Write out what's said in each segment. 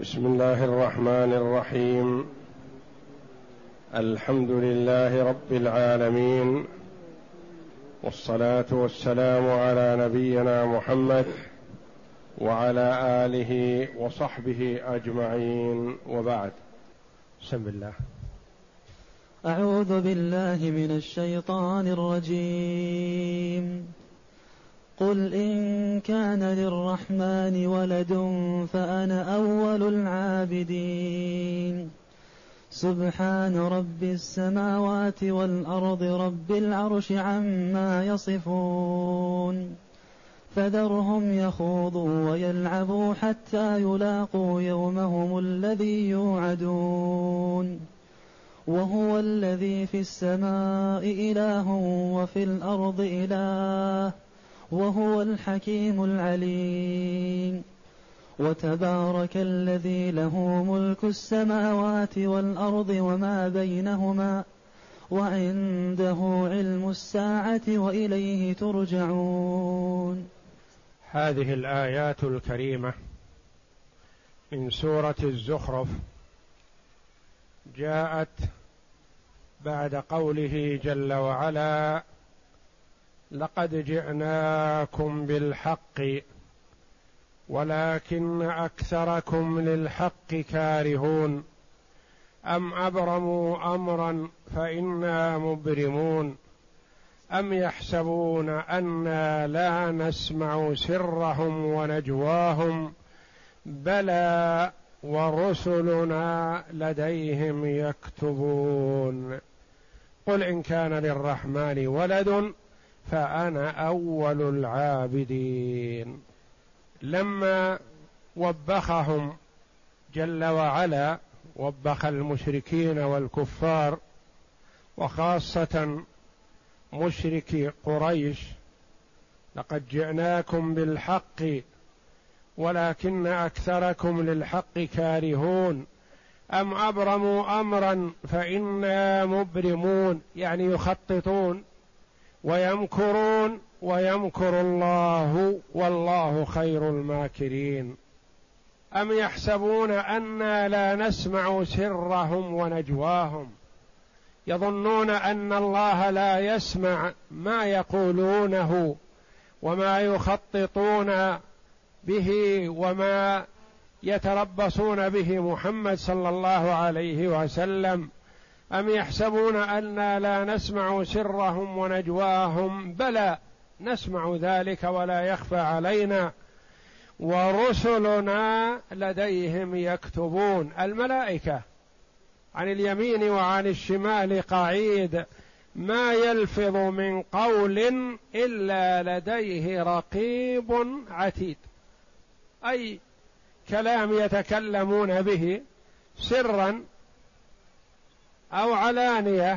بسم الله الرحمن الرحيم. الحمد لله رب العالمين، والصلاة والسلام على نبينا محمد وعلى آله وصحبه أجمعين، وبعد. بسم الله. أعوذ بالله من الشيطان الرجيم. قل إن كان للرحمن ولد فأنا أول العابدين. سبحان رب السماوات والأرض رب العرش عما يصفون. فذرهم يخوضوا ويلعبوا حتى يلاقوا يومهم الذي يوعدون. وهو الذي في السماء إله وفي الأرض إله وهو الحكيم العليم. وتبارك الذي له ملك السماوات والأرض وما بينهما وعنده علم الساعة وإليه ترجعون. هذه الآيات الكريمة من سورة الزخرف جاءت بعد قوله جل وعلا: لقد جئناكم بالحق ولكن أكثركم للحق كارهون أم أبرموا أمرا فإنا مبرمون أم يحسبون أنا لا نسمع سرهم ونجواهم بلى ورسلنا لديهم يكتبون. قل إن كان للرحمن ولد فأنا أول العابدين. لما وبخهم جل وعلا، وبخ المشركين والكفار وخاصة مشركي قريش: لقد جئناكم بالحق ولكن أكثركم للحق كارهون أم أبرموا أمرا فإنا مبرمون، يعني يخططون ويمكرون ويمكر الله والله خير الماكرين. أم يحسبون أنا لا نسمع سرهم ونجواهم، يظنون أن الله لا يسمع ما يقولونه وما يخططون به وما يتربصون به محمد صلى الله عليه وسلم. أم يحسبون أنا لا نسمع سرهم ونجواهم بلى نسمع ذلك ولا يخفى علينا ورسلنا لديهم يكتبون. الملائكة عن اليمين وعن الشمال قعيد ما يلفظ من قول إلا لديه رقيب عتيد، أي كلام يتكلمون به سرا أو علانية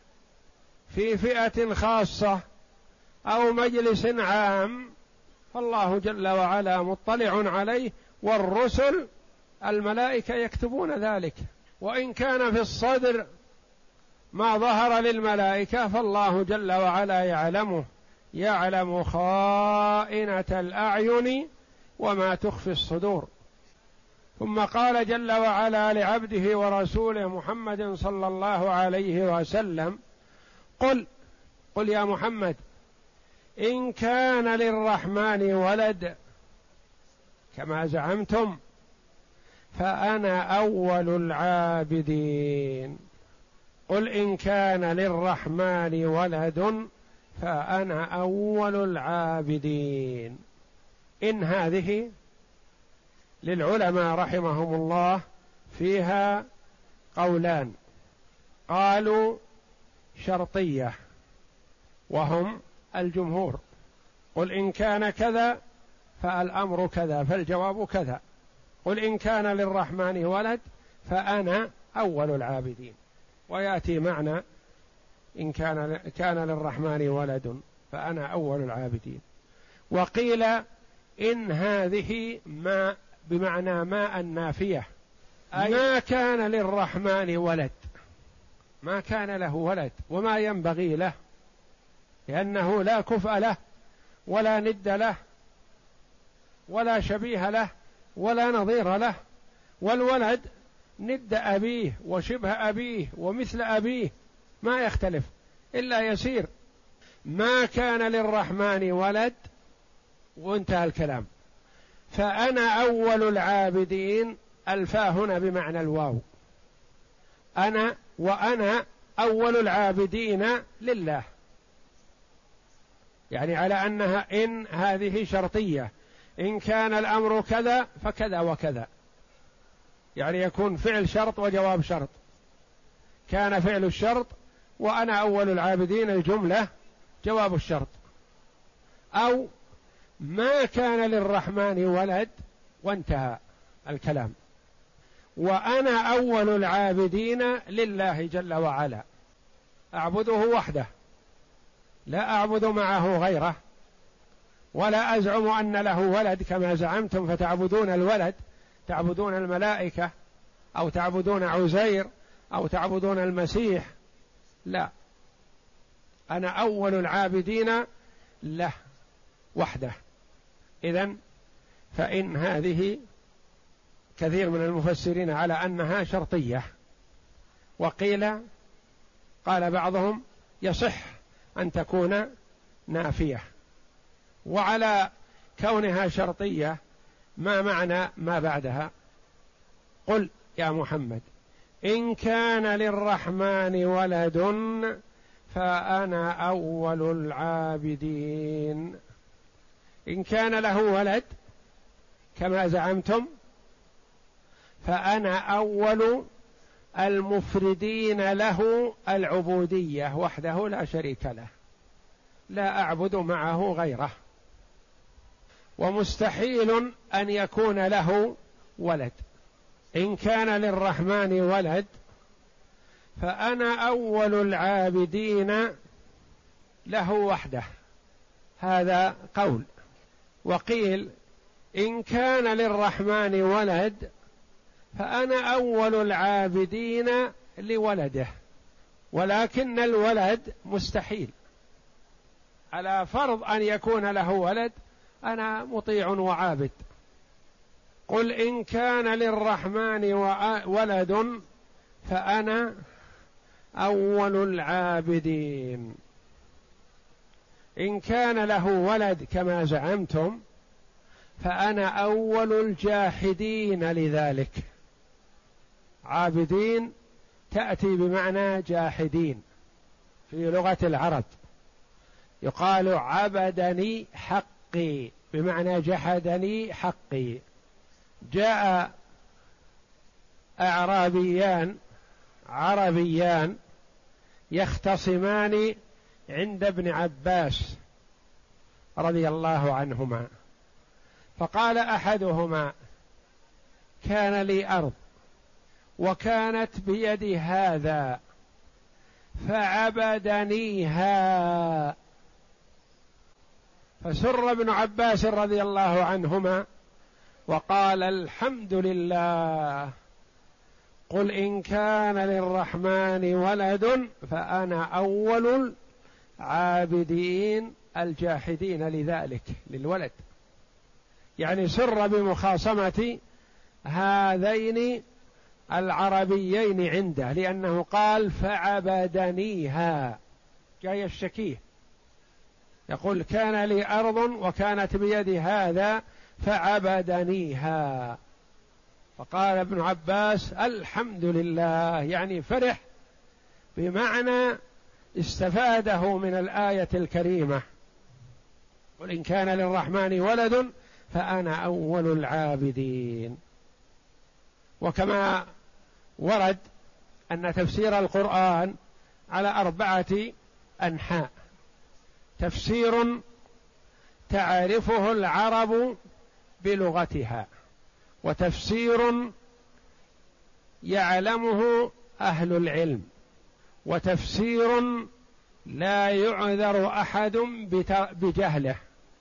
في فئة خاصة أو مجلس عام، فالله جل وعلا مطلع عليه، والرسل الملائكة يكتبون ذلك. وإن كان في الصدر ما ظهر للملائكة فالله جل وعلا يعلمه، يعلم خائنة الأعين وما تخفي الصدور. ثم قال جل وعلا لعبده ورسوله محمد صلى الله عليه وسلم: قل يا محمد إن كان للرحمن ولد كما زعمتم فأنا أول العابدين. قل إن كان للرحمن ولد فأنا أول العابدين. إن هذه للعلماء رحمهم الله فيها قولان: قالوا شرطية وهم الجمهور: قل إن كان كذا فالأمر كذا فالجواب كذا. قل إن كان للرحمن ولد فأنا أول العابدين، ويأتي معنى إن كان للرحمن ولد فأنا أول العابدين. وقيل إن هذه ما بمعنى ما النافية، أي ما كان للرحمن ولد، ما كان له ولد وما ينبغي له، لأنه لا كفء له ولا ند له ولا شبيه له ولا نظير له، والولد ند أبيه وشبه أبيه ومثل أبيه، ما يختلف إلا يسير. ما كان للرحمن ولد، وانتهى الكلام. فأنا أول العابدين، الفاء هنا بمعنى الواو، وأنا أول العابدين لله، يعني على أنها إن هذه شرطية، إن كان الأمر كذا فكذا وكذا، يعني يكون فعل شرط وجواب شرط. كان فعل الشرط وأنا أول العابدين الجملة جواب الشرط، أو ما كان للرحمن ولد وانتهى الكلام، وأنا أول العابدين لله جل وعلا، أعبده وحده، لا أعبد معه غيره، ولا أزعم أن له ولد كما زعمتم فتعبدون الولد، تعبدون الملائكة أو تعبدون عزير أو تعبدون المسيح، لا، أنا أول العابدين له وحده. إذن فإن هذه كثير من المفسرين على أنها شرطية، قال بعضهم يصح أن تكون نافية. وعلى كونها شرطية ما معنى ما بعدها؟ قل يا محمد إن كان للرحمن ولد فأنا أول العابدين. إن كان له ولد كما زعمتم فأنا أول المفردين له العبودية وحده لا شريك له، لا أعبد معه غيره. ومستحيل أن يكون له ولد. إن كان للرحمن ولد فأنا أول العابدين له وحده، هذا قول. وقيل إن كان للرحمن ولد فأنا أول العابدين لولده، ولكن الولد مستحيل. على فرض أن يكون له ولد أنا مطيع وعابد. قل إن كان للرحمن ولد فأنا أول العابدين. إن كان له ولد كما زعمتم فأنا أول الجاحدين لذلك. عابدين تأتي بمعنى جاحدين في لغة العرب، يقال عبدني حقي بمعنى جحدني حقي. جاء أعرابيان عربيان يختصمان عند ابن عباس رضي الله عنهما، فقال أحدهما كان لي أرض وكانت بيدي هذا فعبدنيها، فسر ابن عباس رضي الله عنهما وقال الحمد لله. قل إن كان للرحمن ولد فأنا أول العابدين الجاحدين لذلك للولد، يعني سر بمخاصمة هذين العربيين عنده، لأنه قال فعبدنيها، جاي الشكيه يقول كان لي أرض وكانت بيدي هذا فعبدنيها، فقال ابن عباس الحمد لله، يعني فرح بمعنى استفاده من الآية الكريمة. قل إن كان للرحمن ولد فأنا أول العابدين. وكما ورد أن تفسير القرآن على 4 أنحاء: تفسير تعرفه العرب بلغتها، وتفسير يعلمه أهل العلم، وتفسير لا يعذر أحد بجهله،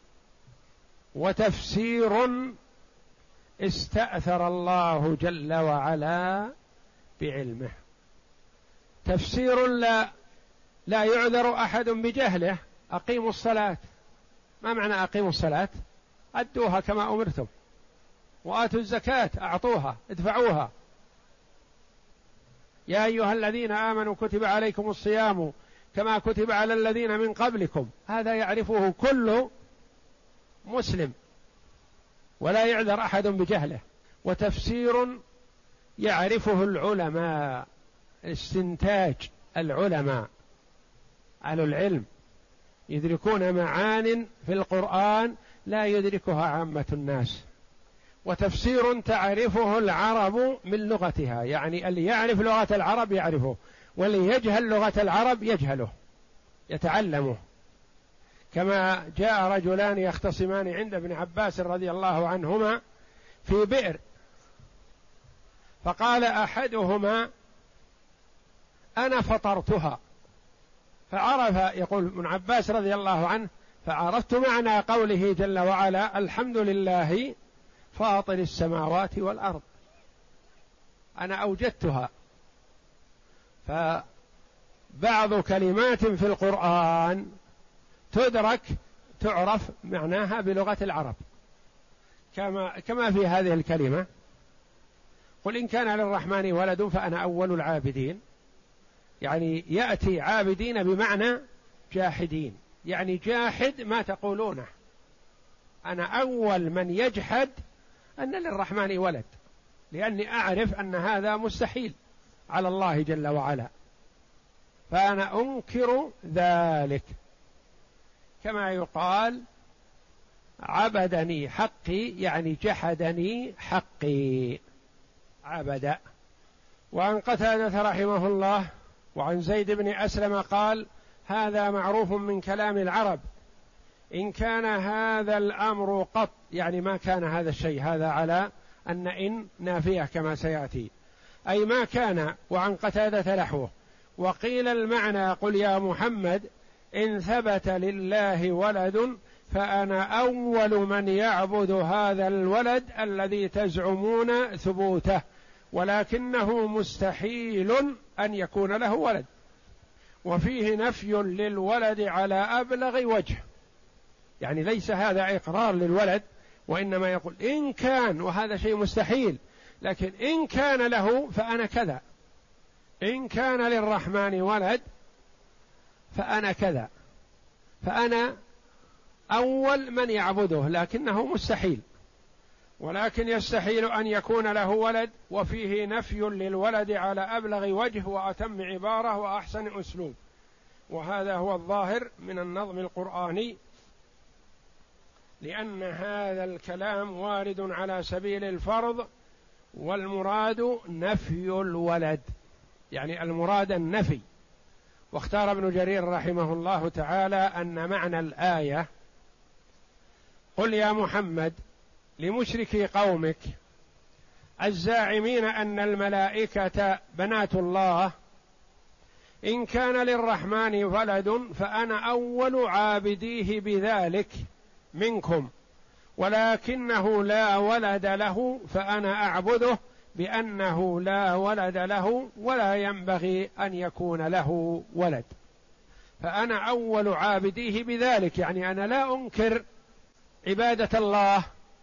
وتفسير استأثر الله جل وعلا بعلمه. تفسير لا يعذر أحد بجهله: أقيموا الصلاة. ما معنى أقيموا الصلاة؟ أدوها كما أمرتم. وآتوا الزكاة أعطوها ادفعوها. يا أيها الذين آمنوا كتب عليكم الصيام كما كتب على الذين من قبلكم. هذا يعرفه كل مسلم ولا يعذر أحد بجهله. وتفسير يعرفه العلماء، استنتاج العلماء أهل العلم يدركون معان في القرآن لا يدركها عامة الناس. وتفسير تعرفه العرب من لغتها، يعني اللي يعرف لغة العرب يعرفه، واللي يجهل لغة العرب يجهله يتعلمه. كما جاء رجلان يختصمان عند ابن عباس رضي الله عنهما في بئر، فقال أحدهما أنا فطرتها، فعرف، يقول ابن عباس رضي الله عنه، فعرفت معنى قوله جل وعلا الحمد لله فاطر السماوات والأرض، أنا أوجدتها. فبعض كلمات في القرآن تدرك تعرف معناها بلغة العرب، كما في هذه الكلمة قل إن كان للرحمن ولد فأنا أول العابدين، يعني يأتي عابدين بمعنى جاحدين، يعني جاحد ما تقولونه، أنا أول من يجحد أن للرحمن ولد، لأني أعرف أن هذا مستحيل على الله جل وعلا، فأنا أنكر ذلك. كما يقال عبدني حقي، يعني جحدني حقي، عبد. وعن قتادة رحمه الله وعن زيد بن أسلم قال هذا معروف من كلام العرب، إن كان هذا الأمر قط، يعني ما كان هذا الشيء، هذا على أن إن نافية كما سيأتي، أي ما كان. وعن قتادة نحوه. وقيل المعنى قل يا محمد إن ثبت لله ولد فأنا أول من يعبد هذا الولد الذي تزعمون ثبوته، ولكنه مستحيل أن يكون له ولد. وفيه نفي للولد على أبلغ وجه، يعني ليس هذا إقرار للولد، وإنما يقول إن كان، وهذا شيء مستحيل، لكن إن كان له فأنا كذا، إن كان للرحمن ولد فأنا كذا، فأنا أول من يعبده، لكنه مستحيل، ولكن يستحيل أن يكون له ولد. وفيه نفي للولد على أبلغ وجه وأتم عبارة وأحسن أسلوب، وهذا هو الظاهر من النظم القرآني، لأن هذا الكلام وارد على سبيل الفرض، والمراد نفي الولد، يعني المراد النفي. واختار ابن جرير رحمه الله تعالى أن معنى الآية قل يا محمد لمشركي قومك الزاعمين أن الملائكة بنات الله إن كان للرحمن ولد فأنا أول عابديه بذلك منكم، ولكنه لا ولد له فأنا أعبده بأنه لا ولد له ولا ينبغي أن يكون له ولد، فأنا أول عابديه بذلك، يعني أنا لا أنكر عبادة الله،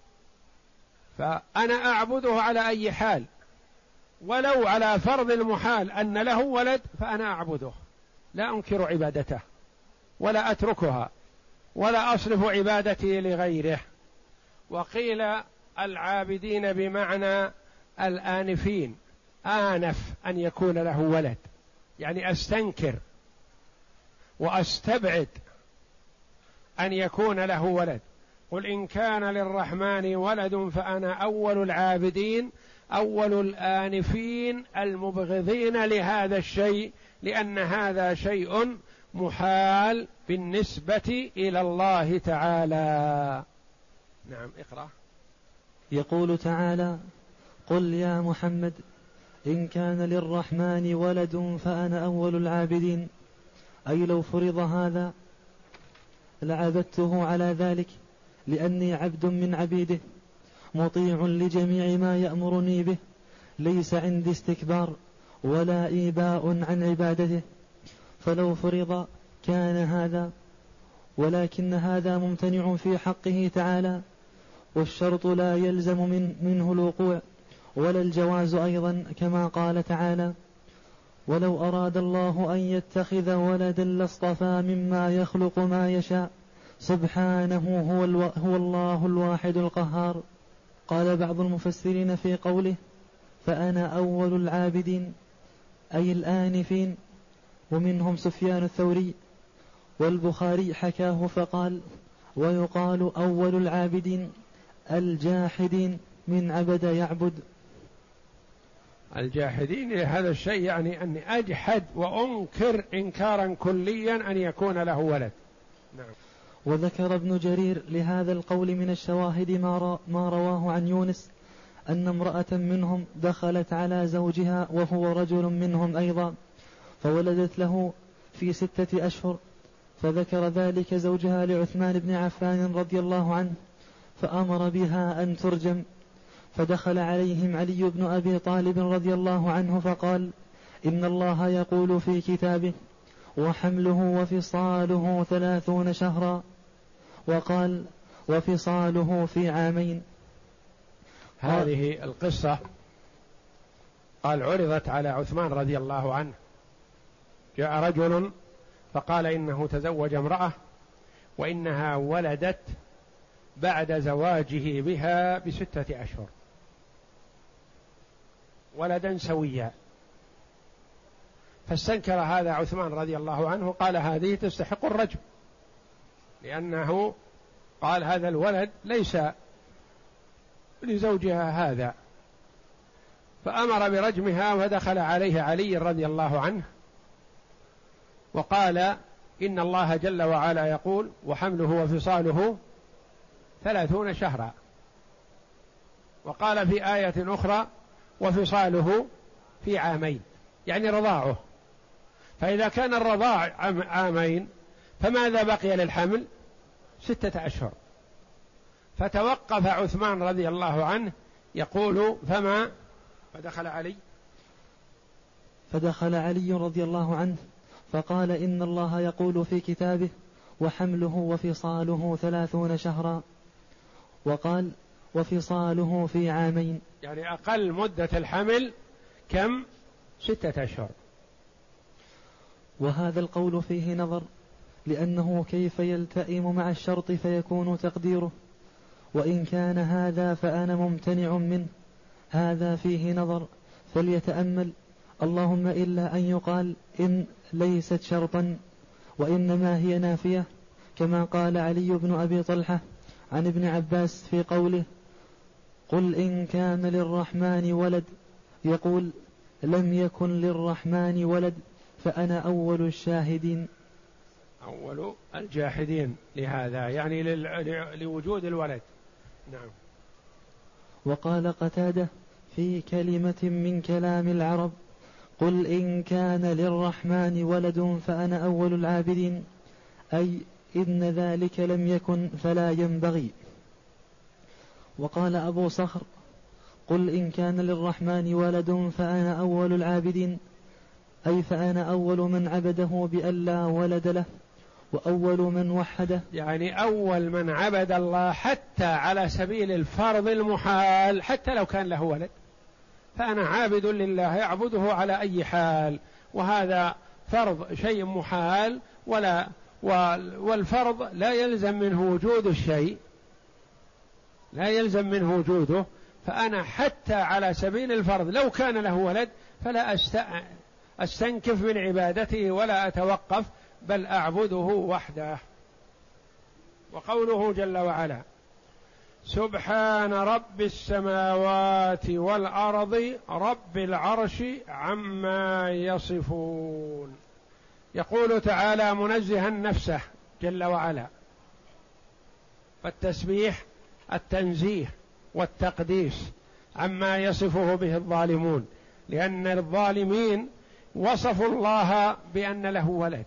فأنا أعبده على أي حال، ولو على فرض المحال أن له ولد فأنا أعبده، لا أنكر عبادته ولا أتركها ولا أصرف عبادتي لغيره. وقيل العابدين بمعنى الآنفين، آنف أن يكون له ولد، يعني أستنكر وأستبعد أن يكون له ولد. قل إن كان للرحمن ولد فأنا أول العابدين أول الآنفين المبغضين لهذا الشيء، لأن هذا شيء محال بالنسبة إلى الله تعالى. نعم اقرأ. يقول تعالى قل يا محمد إن كان للرحمن ولد فأنا أول العابدين، أي لو فرض هذا لعبدته على ذلك، لأني عبد من عبيده مطيع لجميع ما يأمرني به، ليس عندي استكبار ولا إيباء عن عبادته. فلو فرض كان هذا، ولكن هذا ممتنع في حقه تعالى، والشرط لا يلزم منه الوقوع ولا الجواز أيضا، كما قال تعالى: ولو أراد الله أن يتخذ ولدا لاصطفى مما يخلق ما يشاء سبحانه هو الله الواحد القهار. قال بعض المفسرين في قوله: فأنا أول العابدين، أي الآنفين، ومنهم سفيان الثوري، والبخاري حكاه فقال: ويقال أول العابدين الجاحدين من عبد يعبد. الجاحدين لهذا الشيء يعني أني أجحد وأنكر إنكارا كليا أن يكون له ولد. نعم. وذكر ابن جرير لهذا القول من الشواهد ما رواه عن يونس أن امرأة منهم دخلت على زوجها وهو رجل منهم أيضا، فولدت له في 6 أشهر، فذكر ذلك زوجها لعثمان بن عفان رضي الله عنه، فأمر بها أن ترجم. فدخل عليهم علي بن أبي طالب رضي الله عنه فقال: إن الله يقول في كتابه: وحمله وفصاله 30 شهرا، وقال: وفصاله في عامين. هذه القصة قال عرضت على عثمان رضي الله عنه. جاء رجل فقال إنه تزوج امرأة وإنها ولدت بعد زواجه بها ب6 أشهر ولدا سويا، فاستنكر هذا عثمان رضي الله عنه، قال: هذه تستحق الرجم، لأنه قال هذا الولد ليس لزوجها هذا، فأمر برجمها. ودخل عليه علي رضي الله عنه وقال: إن الله جل وعلا يقول: وحمله وفصاله 30 شهرا، وقال في آية أخرى: وفصاله في عامين، يعني رضاعه. فإذا كان الرضاع عامين فماذا بقي للحمل؟ 6 أشهر. فتوقف عثمان رضي الله عنه يقول: فما؟ فدخل علي رضي الله عنه فقال: إن الله يقول في كتابه: وحمله وفصاله 30 شهرا، وقال: وفصاله في عامين، يعني أقل مدة الحمل كم؟ 6 أشهر. وهذا القول فيه نظر، لأنه كيف يلتئم مع الشرط فيكون تقديره؟ وإن كان هذا فأنا ممتنع منه، هذا فيه نظر، فليتأمل. اللهم إلا أن يقال إن ليست شرطا وإنما هي نافية، كما قال علي بن أبي طلحة عن ابن عباس في قوله: قل إن كان للرحمن ولد، يقول: لم يكن للرحمن ولد فأنا أول الشاهدين، أول الجاحدين لهذا، يعني لوجود الولد. نعم. وقال قتادة في كلمة من كلام العرب: قل إن كان للرحمن ولد فأنا أول العابدين، أي إن ذلك لم يكن فلا ينبغي. وقال أبو صخر: قل إن كان للرحمن ولد فأنا أول العابدين، أي فأنا أول من عبده بأن لا ولد له، وأول من وحده، يعني أول من عبد الله حتى على سبيل الفرض المحال، حتى لو كان له ولد فأنا عابد لله يعبده على أي حال، وهذا فرض شيء محال، والفرض لا يلزم منه وجود الشيء، لا يلزم منه وجوده. فأنا حتى على سبيل الفرض لو كان له ولد فلا أستنكف من عبادته ولا أتوقف، بل أعبده وحده. وقوله جل وعلا: سبحان رب السماوات والأرض رب العرش عما يصفون. يقول تعالى منزها نفسه جل وعلا، فالتسبيح التنزيه والتقديس عما يصفه به الظالمون، لأن الظالمين وصفوا الله بأن له ولد،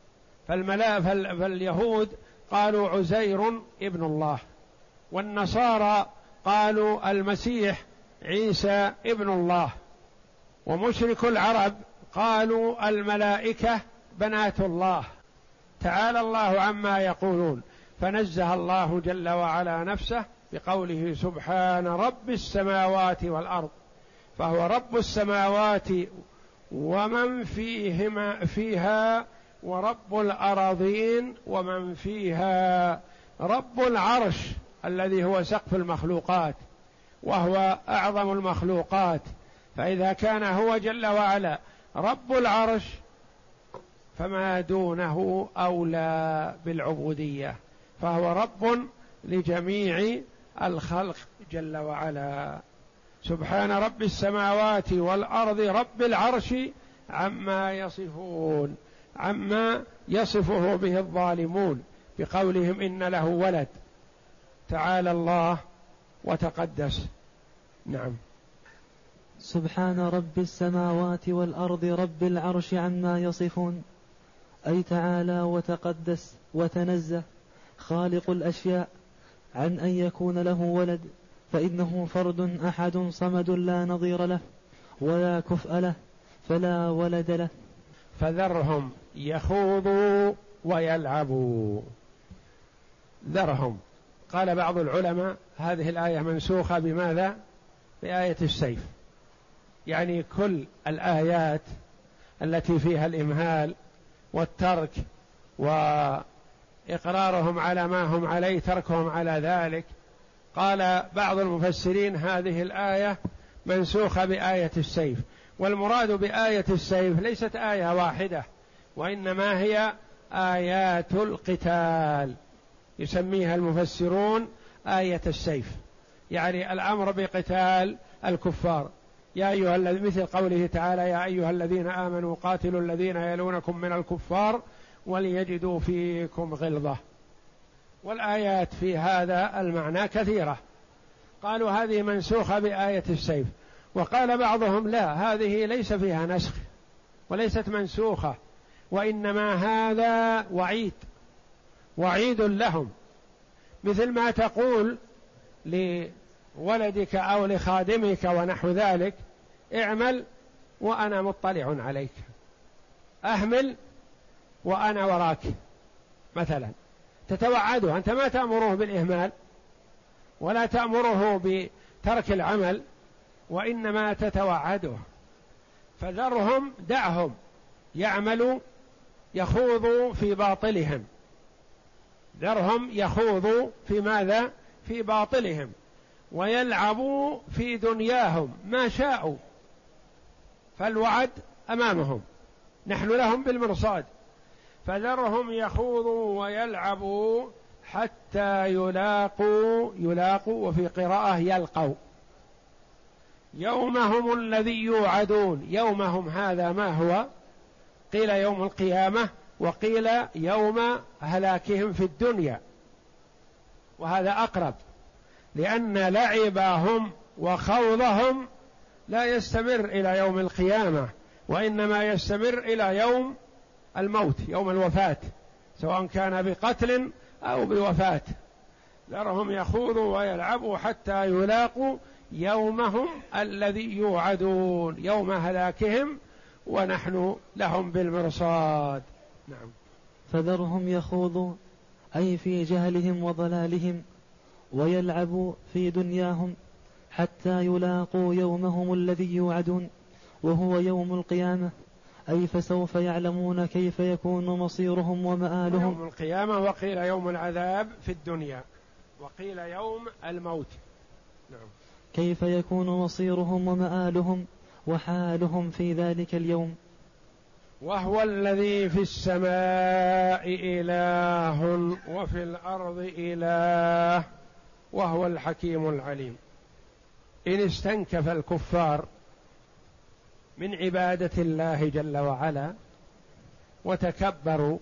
فاليهود قالوا عزير ابن الله، والنصارى قالوا المسيح عيسى ابن الله، ومشرك العرب قالوا الملائكة بنات الله. تعالى الله عما يقولون، فنزه الله جل وعلا نفسه بقوله سبحان رب السماوات والأرض، فهو رب السماوات ومن فيها ورب الأراضين ومن فيها، رب العرش الذي هو سقف المخلوقات وهو أعظم المخلوقات، فإذا كان هو جل وعلا رب العرش فما دونه أولى بالعبودية، فهو رب لجميع الخلق جل وعلا. سبحان رب السماوات والأرض رب العرش عما يصفون، عما يصفه به الظالمون بقولهم إن له ولد، تعالى الله وتقدس. نعم. سبحان رب السماوات والأرض رب العرش عما يصفون، أي تعالى وتقدس وتنزه خالق الأشياء عن أن يكون له ولد، فإنه فرد أحد صمد لا نظير له ولا كفء له فلا ولد له. فذرهم يخوضوا ويلعبوا، ذرهم. قال بعض العلماء هذه الآية منسوخة بماذا؟ بآية السيف، يعني كل الآيات التي فيها الإمهال والترك وإقرارهم على ما هم عليه تركهم على ذلك، قال بعض المفسرين هذه الآية منسوخة بآية السيف، والمراد بآية السيف ليست آية واحدة، وإنما هي آيات القتال، يسميها المفسرون آية السيف، يعني الأمر بقتال الكفار. يا أيها مثل قوله تعالى يا أيها الذين آمنوا قاتلوا الذين يلونكم من الكفار وليجدوا فيكم غلظة. والآيات في هذا المعنى كثيرة، قالوا هذه منسوخة بآية السيف، وقال بعضهم لا، هذه ليس فيها نسخ وليست منسوخة، وإنما هذا وعيد لهم، مثل ما تقول لولدك أو لخادمك ونحو ذلك اعمل وأنا مطلع عليك، أهمل وأنا وراك مثلا، تتوعده، أنت ما تأمره بالإهمال ولا تأمره بترك العمل، وإنما تتوعده. فذرهم، دعهم يعملوا يخوضوا في باطلهم، ذرهم يخوضوا في ماذا؟ في باطلهم، ويلعبوا في دنياهم ما شاءوا، فالوعد أمامهم، نحن لهم بالمرصاد، فذرهم يخوضوا ويلعبوا حتى يلاقوا وفي قراءة يلقوا يومهم الذي يوعدون. يومهم هذا ما هو؟ قيل يوم القيامة، وقيل يوم هلاكهم في الدنيا، وهذا أقرب، لأن لعبهم وخوضهم لا يستمر إلى يوم القيامة، وإنما يستمر إلى يوم الموت، يوم الوفاة، سواء كان بقتل أو بوفاة. ذرهم يخوضوا ويلعبوا حتى يلاقوا يومهم الذي يوعدون، يوم هلاكهم ونحن لهم بالمرصاد. نعم. فذرهم يخوضوا أي في جهلهم وضلالهم، ويلعبوا في دنياهم حتى يلاقوا يومهم الذي يوعدون وهو يوم القيامة، أي فسوف يعلمون كيف يكون مصيرهم ومآلهم. يوم القيامة، وقيل يوم العذاب في الدنيا، وقيل يوم الموت. نعم. كيف يكون مصيرهم ومآلهم وحالهم في ذلك اليوم. وهو الذي في السماء إله وفي الأرض إله وهو الحكيم العليم. إن استنكف الكفار من عبادة الله جل وعلا وتكبروا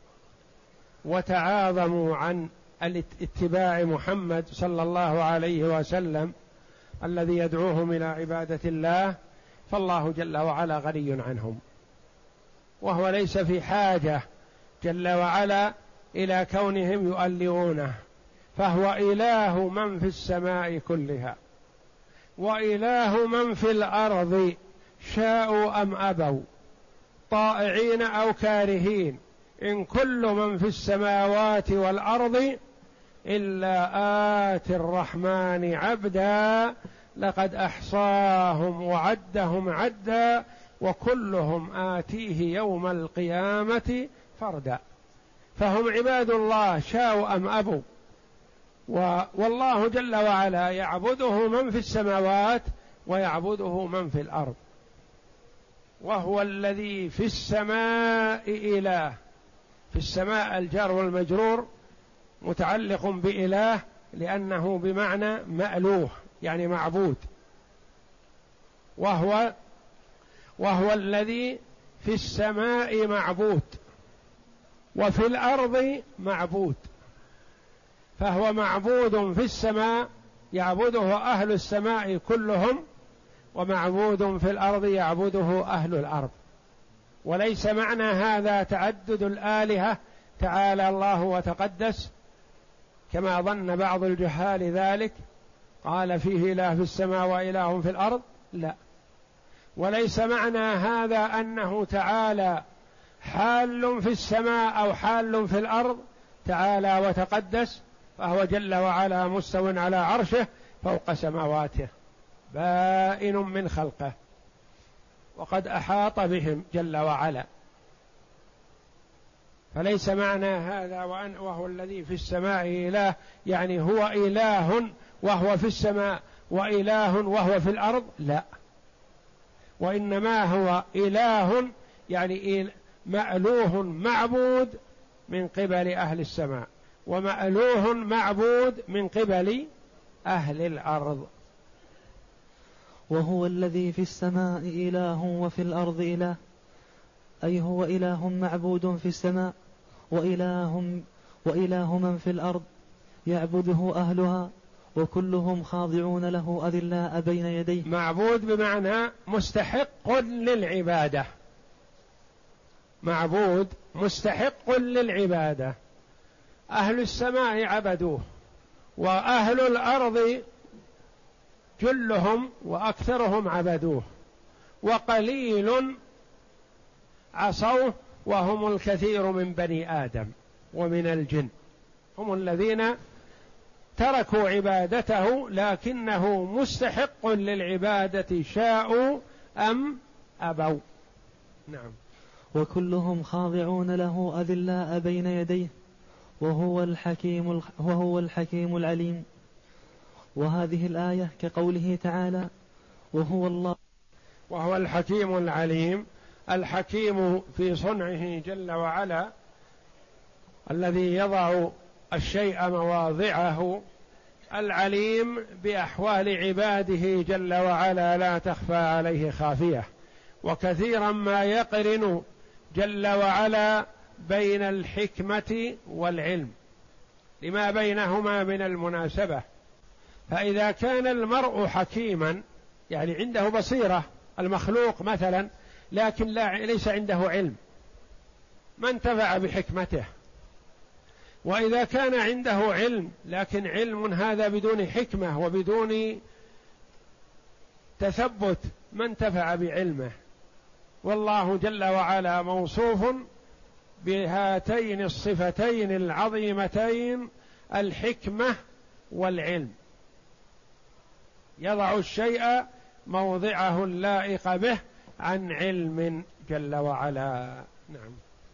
وتعاظموا عن اتباع محمد صلى الله عليه وسلم الذي يدعوهم إلى عبادة الله، فالله جل وعلا غني عنهم، وهو ليس في حاجة جل وعلا إلى كونهم يؤلهونه، فهو إله من في السماء كلها وإله من في الأرض، شاءوا أم أبوا، طائعين أو كارهين، إن كل من في السماوات والأرض إلا آتي الرحمن عبدا لقد أحصاهم وعدهم عدا وكلهم آتيه يوم القيامة فردا. فهم عباد الله شاءوا أم أبوا، والله جل وعلا يعبده من في السماوات ويعبده من في الأرض. وهو الذي في السماء إله، في السماء الجار والمجرور متعلق بإله لأنه بمعنى مألوه يعني معبود. وهو الذي في السماء معبود وفي الأرض معبود، فهو معبود في السماء يعبده أهل السماء كلهم، ومعبود في الأرض يعبده أهل الأرض. وليس معنى هذا تعدد الآلهة تعالى الله وتقدس كما ظن بعض الجهال ذلك، قال فيه إله في السماء وإله في الأرض، لا. وليس معنى هذا أنه تعالى حال في السماء أو حال في الأرض، تعالى وتقدس، فهو جل وعلا مستو على عرشه فوق سماواته بائن من خلقه وقد أحاط بهم جل وعلا. فليس معنى هذا وهو الذي في السماء إله يعني هو إله وهو في السماء وإله وهو في الأرض، لا. وإنما هو إله يعني مألوه معبود من قبل أهل السماء، ومألوه معبود من قبل أهل الأرض. وهو الذي في السماء إله وفي الأرض إله، أي هو إله معبود في السماء وإله من في الأرض يعبده أهلها، وكلهم خاضعون له أذلاء بين يديه. معبود بمعنى مستحق للعبادة، معبود مستحق للعبادة. أهل السماء عبدوه، وأهل الأرض جلهم وأكثرهم عبدوه، وقليل عصوه وهم الكثير من بني آدم ومن الجن، هم الذين تركوا عبادته لكنه مستحق للعبادة شاءوا أم أبوا. نعم. وكلهم خاضعون له أذلاء بين يديه وهو الحكيم العليم. وهذه الآية كقوله تعالى وهو الحكيم العليم. الحكيم في صنعه جل وعلا الذي يضع الشيء مواضعه، العليم بأحوال عباده جل وعلا لا تخفى عليه خافية. وكثيرا ما يقرن جل وعلا بين الحكمة والعلم لما بينهما من المناسبة. فإذا كان المرء حكيما يعني عنده بصيرة، المخلوق مثلا، لكن ليس عنده علم، ما انتفع بحكمته. وإذا كان عنده علم لكن علم هذا بدون حكمة وبدون تثبت، ما انتفع بعلمه. والله جل وعلا موصوف بهاتين الصفتين العظيمتين، الحكمة والعلم، يضع الشيء موضعه اللائق به عن علم جل وعلا. نعم.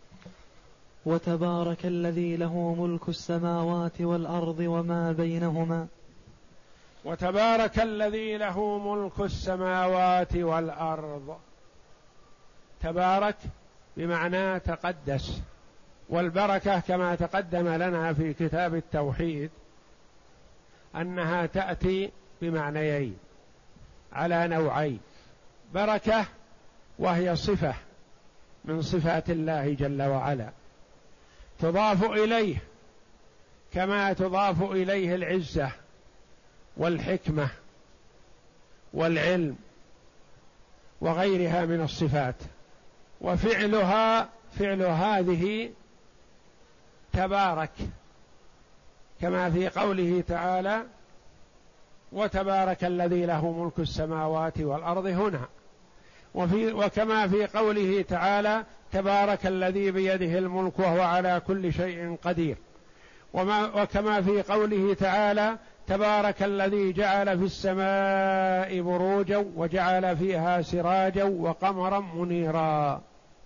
وتبارك الذي له ملك السماوات والأرض وما بينهما. وتبارك الذي له ملك السماوات والأرض. تبارك بمعنى تقدس، والبركة كما تقدم لنا في كتاب التوحيد أنها تأتي بمعنيين على نوعين: بركة وهي صفة من صفات الله جل وعلا تضاف إليه كما تضاف إليه العزة والحكمة والعلم وغيرها من الصفات، وفعلها فعل هذه تبارك، كما في قوله تعالى: وتبارك الذي له ملك السماوات والأرض هنا، وكما في قوله تعالى: تبارك الذي بيده الملك وهو على كل شيء قدير. وكما في قوله تعالى: تبارك الذي جعل في السماء بروجا وجعل فيها سراجا وقمرا منيرا.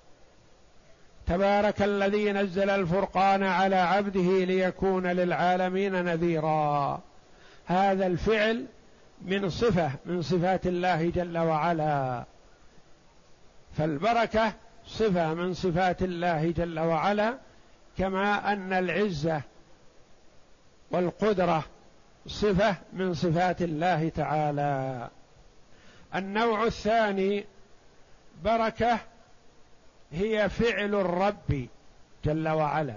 تبارك الذي نزل الفرقان على عبده ليكون للعالمين نذيرا. هذا الفعل من صفة من صفات الله جل وعلا، فالبركة صفة من صفات الله جل وعلا، كما أن العزة والقدرة صفة من صفات الله تعالى. النوع الثاني بركة هي فعل الرب جل وعلا.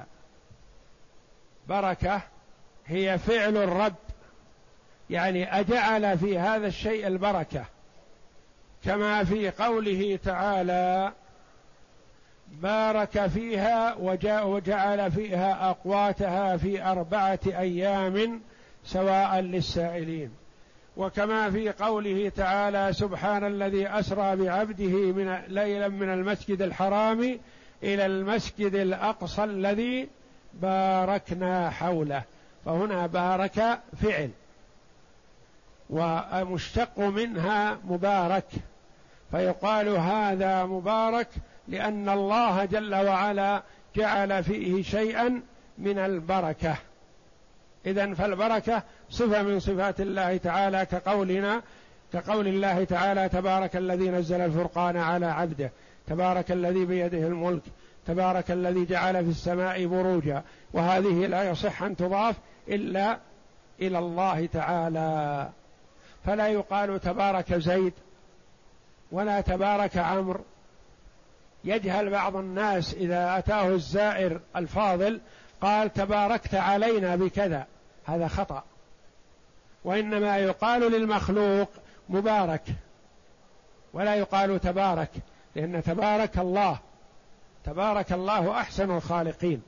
بركة هي فعل الرب، يعني أجعل في هذا الشيء البركة، كما في قوله تعالى: بارك فيها وجعل فيها أقواتها في 4 أيام سواء للسائلين. وكما في قوله تعالى: سبحان الذي أسرى بعبده ليلا من المسجد الحرام إلى المسجد الأقصى الذي باركنا حوله. فهنا بارك فعل، ومشتق منها مبارك، فيقال هذا مبارك لأن الله جل وعلا جعل فيه شيئا من البركة. إذن فالبركة صفة من صفات الله تعالى، كقول الله تعالى: تبارك الذي نزل الفرقان على عبده، تبارك الذي بيده الملك، تبارك الذي جعل في السماء بروجا. وهذه لا يصح أن تضاف إلا إلى الله تعالى، فلا يقال تبارك زيد ولا تبارك عمرو. يجهل بعض الناس إذا أتاه الزائر الفاضل قال: تباركت علينا بكذا، هذا خطأ. وإنما يقال للمخلوق مبارك، ولا يقال تبارك، لأن تبارك الله، تبارك الله أحسن الخالقين.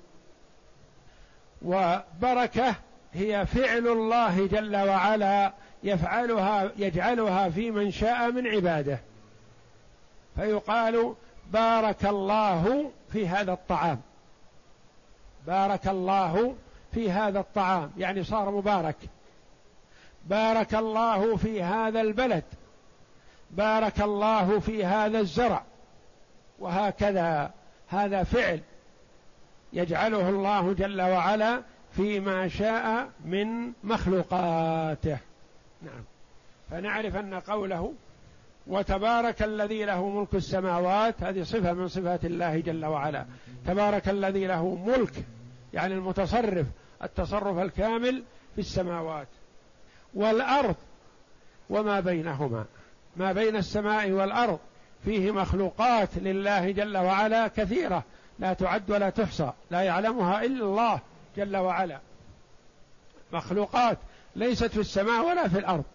وبركة هي فعل الله جل وعلا يجعلها في من شاء من عباده، فيقال: بارك الله في هذا الطعام، بارك الله في هذا الطعام، يعني صار مبارك. بارك الله في هذا البلد، بارك الله في هذا الزرع، وهكذا. هذا فعل يجعله الله جل وعلا فيما شاء من مخلوقاته. نعم. فنعرف أن قوله: وتبارك الذي له ملك السماوات، هذه صفة من صفات الله جل وعلا. تبارك الذي له ملك، يعني المتصرف، التصرف الكامل في السماوات والأرض وما بينهما. ما بين السماء والأرض فيه مخلوقات لله جل وعلا كثيرة لا تعد ولا تحصى، لا يعلمها إلا الله جل وعلا. مخلوقات ليست في السماء ولا في الأرض.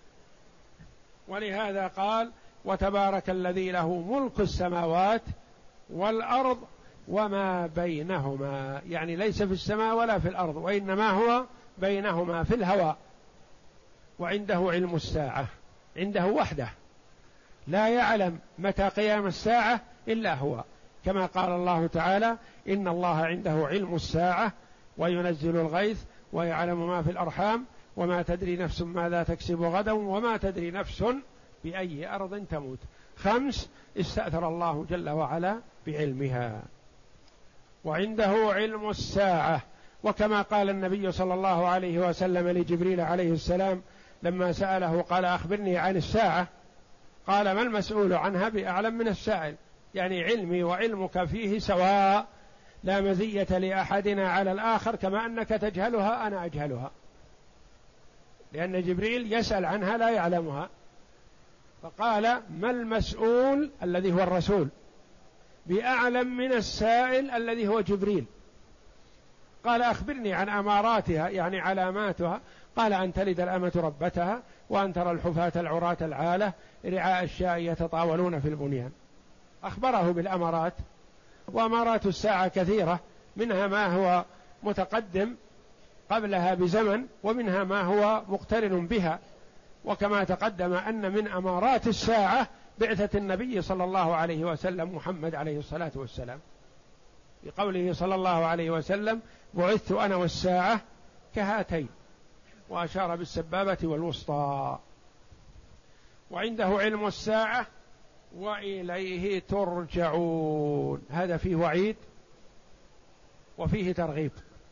ولهذا قال: وتبارك الذي له ملك السماوات والأرض وما بينهما، يعني ليس في السماء ولا في الأرض، وإنما هو بينهما في الهواء. وعنده علم الساعة، عنده وحده، لا يعلم متى قيام الساعة إلا هو، كما قال الله تعالى: إن الله عنده علم الساعة وينزل الغيث ويعلم ما في الأرحام وما تدري نفس ماذا تكسب غدا وما تدري نفس بأي أرض تموت. 5 استأثر الله جل وعلا بعلمها. وعنده علم الساعة، وكما قال النبي صلى الله عليه وسلم لجبريل عليه السلام لما سأله قال: أخبرني عن الساعة، قال: ما المسؤول عنها بأعلم من السائل، يعني علمي وعلمك فيه سواء، لا مزية لأحدنا على الآخر، كما أنك تجهلها أنا أجهلها، لأن جبريل يسأل عنها لا يعلمها. فقال: ما المسؤول الذي هو الرسول بأعلم من السائل الذي هو جبريل. قال: أخبرني عن أماراتها، يعني علاماتها. قال: أن تلد الأمة ربتها، وأن ترى الحفاة العراة العالة رعاء الشاء يتطاولون في البنيان. أخبره بالأمارات، وأمارات الساعة كثيرة، منها ما هو متقدم قبلها بزمن، ومنها ما هو مقترن بها. وكما تقدم أن من أمارات الساعة بعثة النبي صلى الله عليه وسلم محمد عليه الصلاة والسلام. بقوله صلى الله عليه وسلم: بعثت أنا والساعة كهاتين، وأشار بالسبابة والوسطى. وعنده علم الساعة وإليه ترجعون، هذا فيه وعيد وفيه ترغيب.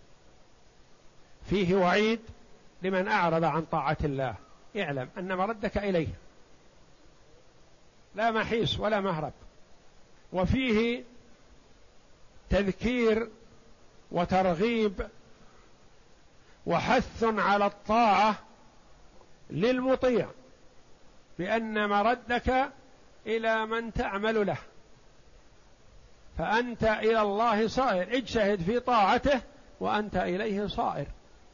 فيه وعيد لمن أعرض عن طاعة الله، اعلم أن مردك إليه لا محيص ولا مهرب. وفيه تذكير وترغيب وحث على الطاعة للمطيع، بأن مردك إلى من تعمل له، فأنت إلى الله صائر، اجتهد في طاعته وأنت إليه صائر.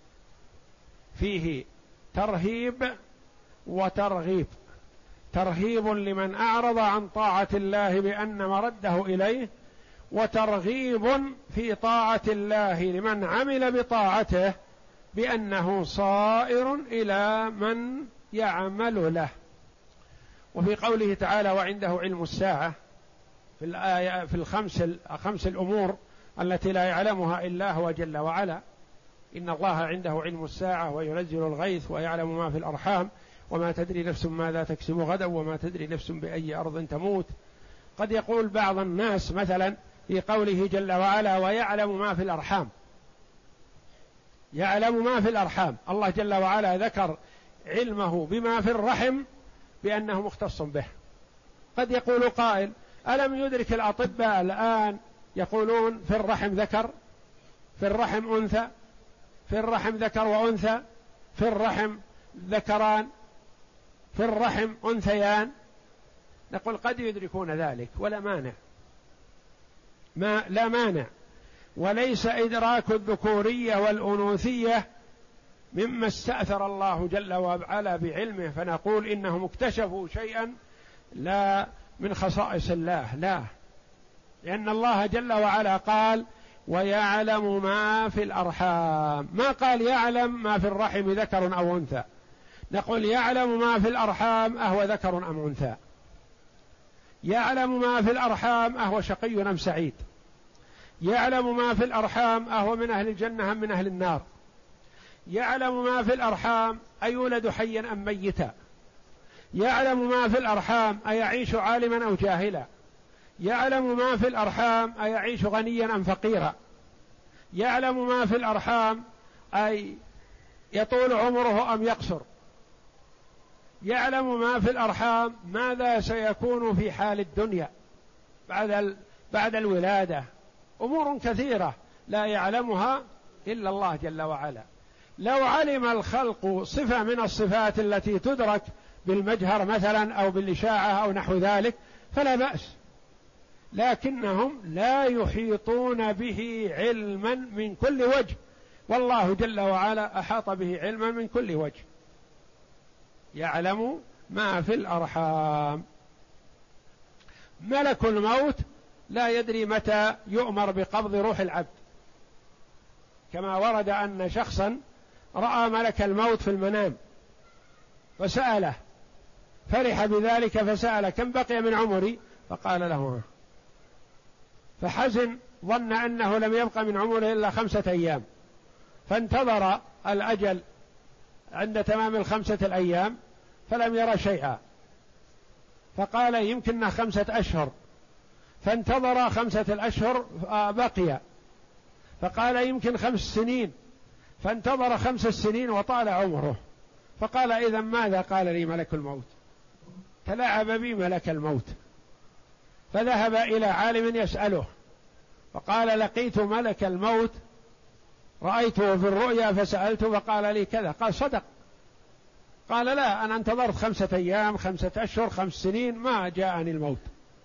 فيه ترهيب وترغيب، ترهيب لمن أعرض عن طاعة الله بأن مرده إليه، وترغيب في طاعة الله لمن عمل بطاعته بأنه صائر إلى من يعمل له. وفي قوله تعالى: وعنده علم الساعة، في الآية في خمس الأمور التي لا يعلمها إلا هو جل وعلا: إن الله عنده علم الساعة وينزل الغيث ويعلم ما في الأرحام وما تدري نفس ماذا تكسب غدا وما تدري نفس بأي أرض تموت. قد يقول بعض الناس مثلا في قوله جل وعلا: ويعلم ما في الأرحام، يعلم ما في الأرحام، الله جل وعلا ذكر علمه بما في الرحم بأنه مختص به. قد يقول قائل: ألم يدرك الأطباء الآن يقولون في الرحم ذكر، في الرحم أنثى، في الرحم ذكر وأنثى، في الرحم ذكران، في الرحم أنثيان؟ نقول قد يدركون ذلك ولا مانع، لا مانع، وليس إدراك الذكورية والأنوثية مما استأثر الله جل وعلا بعلمه فنقول إنهم اكتشفوا شيئا لا من خصائص الله، لا، لأن الله جل وعلا قال: ويعلم ما في الأرحام، ما قال يعلم ما في الرحم ذكر أو أنثى. نقول يعلم ما في الأرحام أهو ذكر أم أنثى، يعلم ما في الأرحام أهو شقي أم سعيد، يعلم ما في الأرحام أهو من أهل الجنة أم من أهل النار، يعلم ما في الأرحام أيولد حيا أم ميتا، يعلم ما في الأرحام أيعيش عالما أو جاهلا، يعلم ما في الأرحام أيعيش غنيا أم فقيرا، يعلم ما في الأرحام أي يطول عمره أم يقصر، يعلم ما في الأرحام ماذا سيكون في حال الدنيا بعد الولادة. أمور كثيرة لا يعلمها إلا الله جل وعلا. لو علم الخلق صفة من الصفات التي تدرك بالمجهر مثلا أو بالإشاعة أو نحو ذلك فلا بأس، لكنهم لا يحيطون به علما من كل وجه، والله جل وعلا أحاط به علما من كل وجه. يعلم ما في الأرحام. ملك الموت لا يدري متى يؤمر بقبض روح العبد، كما ورد أن شخصا رأى ملك الموت في المنام فسأله، فرح بذلك فسأل: كم بقي من عمري؟ فقال له، فحزن، ظن أنه لم يبق من عمره إلا 5 أيام، فانتظر الأجل عند تمام 5 الأيام فلم يرى شيئا، فقال يمكننا 5 أشهر، فانتظر 5 الأشهر بقي، فقال يمكن 5 سنين، فانتظر 5 سنين وطال عمره، فقال إذا ماذا قال لي ملك الموت؟ تلاعب بي ملك الموت. فذهب إلى عالم يسأله فقال: لقيت ملك الموت، رأيته في الرؤيا فسألته فقال لي كذا. قال: صدق. قال: لا، أنا انتظرت 5 أيام 5 أشهر 5 سنين ما جاءني الموت.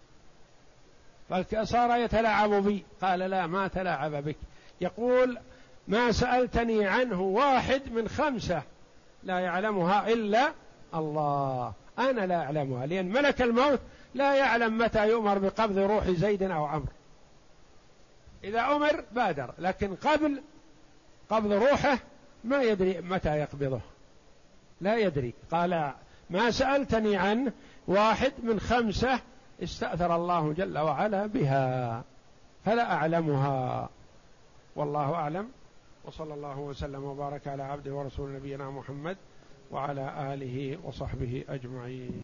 فصار يتلاعب بي. قال: لا، ما تلاعب بك، يقول: ما سألتني عنه واحد من 5 لا يعلمها إلا الله، أنا لا أعلمها، لأن ملك الموت لا يعلم متى يؤمر بقبض روح زيد أو عمرو. إذا أمر بادر، لكن قبل قبض روحه ما يدري متى يقبضه، لا يدري. قال: ما سألتني عنه واحد من 5 استأثر الله جل وعلا بها. فلا أعلمها، والله أعلم. وصلى الله وسلم وبارك على عبده ورسول نبينا محمد وعلى آله وصحبه أجمعين.